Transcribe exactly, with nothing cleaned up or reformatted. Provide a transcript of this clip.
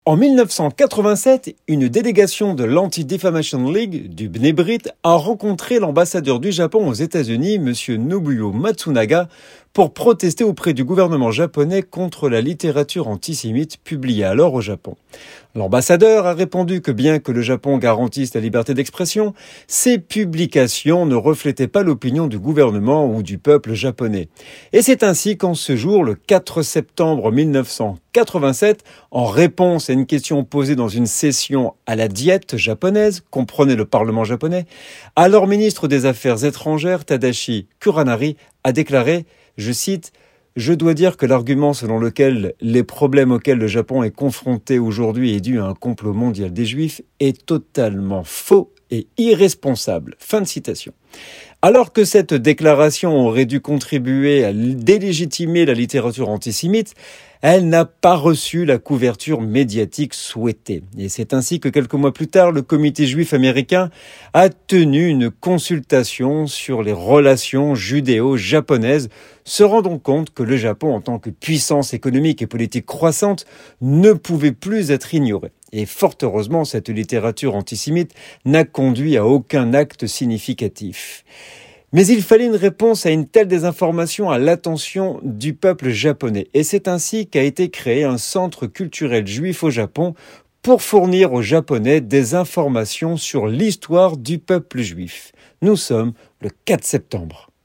En mille neuf cent quatre-vingt-sept, une délégation de l'Anti-Defamation League du B'nai B'rith a rencontré l'ambassadeur du Japon aux États-Unis, M. Nobuo Matsunaga, pour protester auprès du gouvernement japonais contre la littérature antisémite publiée alors au Japon. L'ambassadeur a répondu que bien que le Japon garantisse la liberté d'expression, ces publications ne reflétaient pas l'opinion du gouvernement ou du peuple japonais. Et c'est ainsi qu'en ce jour, le quatre septembre mille neuf cent quatre-vingt-sept, en réponse à une question posée dans une session à la Diète japonaise, comprenait le Parlement japonais, alors ministre des Affaires étrangères Tadashi Kuranari a déclaré, je cite, « Je dois dire que l'argument selon lequel les problèmes auxquels le Japon est confronté aujourd'hui est dû à un complot mondial des Juifs est totalement faux et irresponsable. » Fin de citation. Alors que cette déclaration aurait dû contribuer à délégitimer la littérature antisémite, elle n'a pas reçu la couverture médiatique souhaitée. Et c'est ainsi que quelques mois plus tard, le comité juif américain a tenu une consultation sur les relations judéo-japonaises, se rendant compte que le Japon, en tant que puissance économique et politique croissante, ne pouvait plus être ignoré. Et fort heureusement, cette littérature antisémite n'a conduit à aucun acte significatif. Mais il fallait une réponse à une telle désinformation à l'attention du peuple japonais. Et c'est ainsi qu'a été créé un centre culturel juif au Japon pour fournir aux Japonais des informations sur l'histoire du peuple juif. Nous sommes le quatre septembre.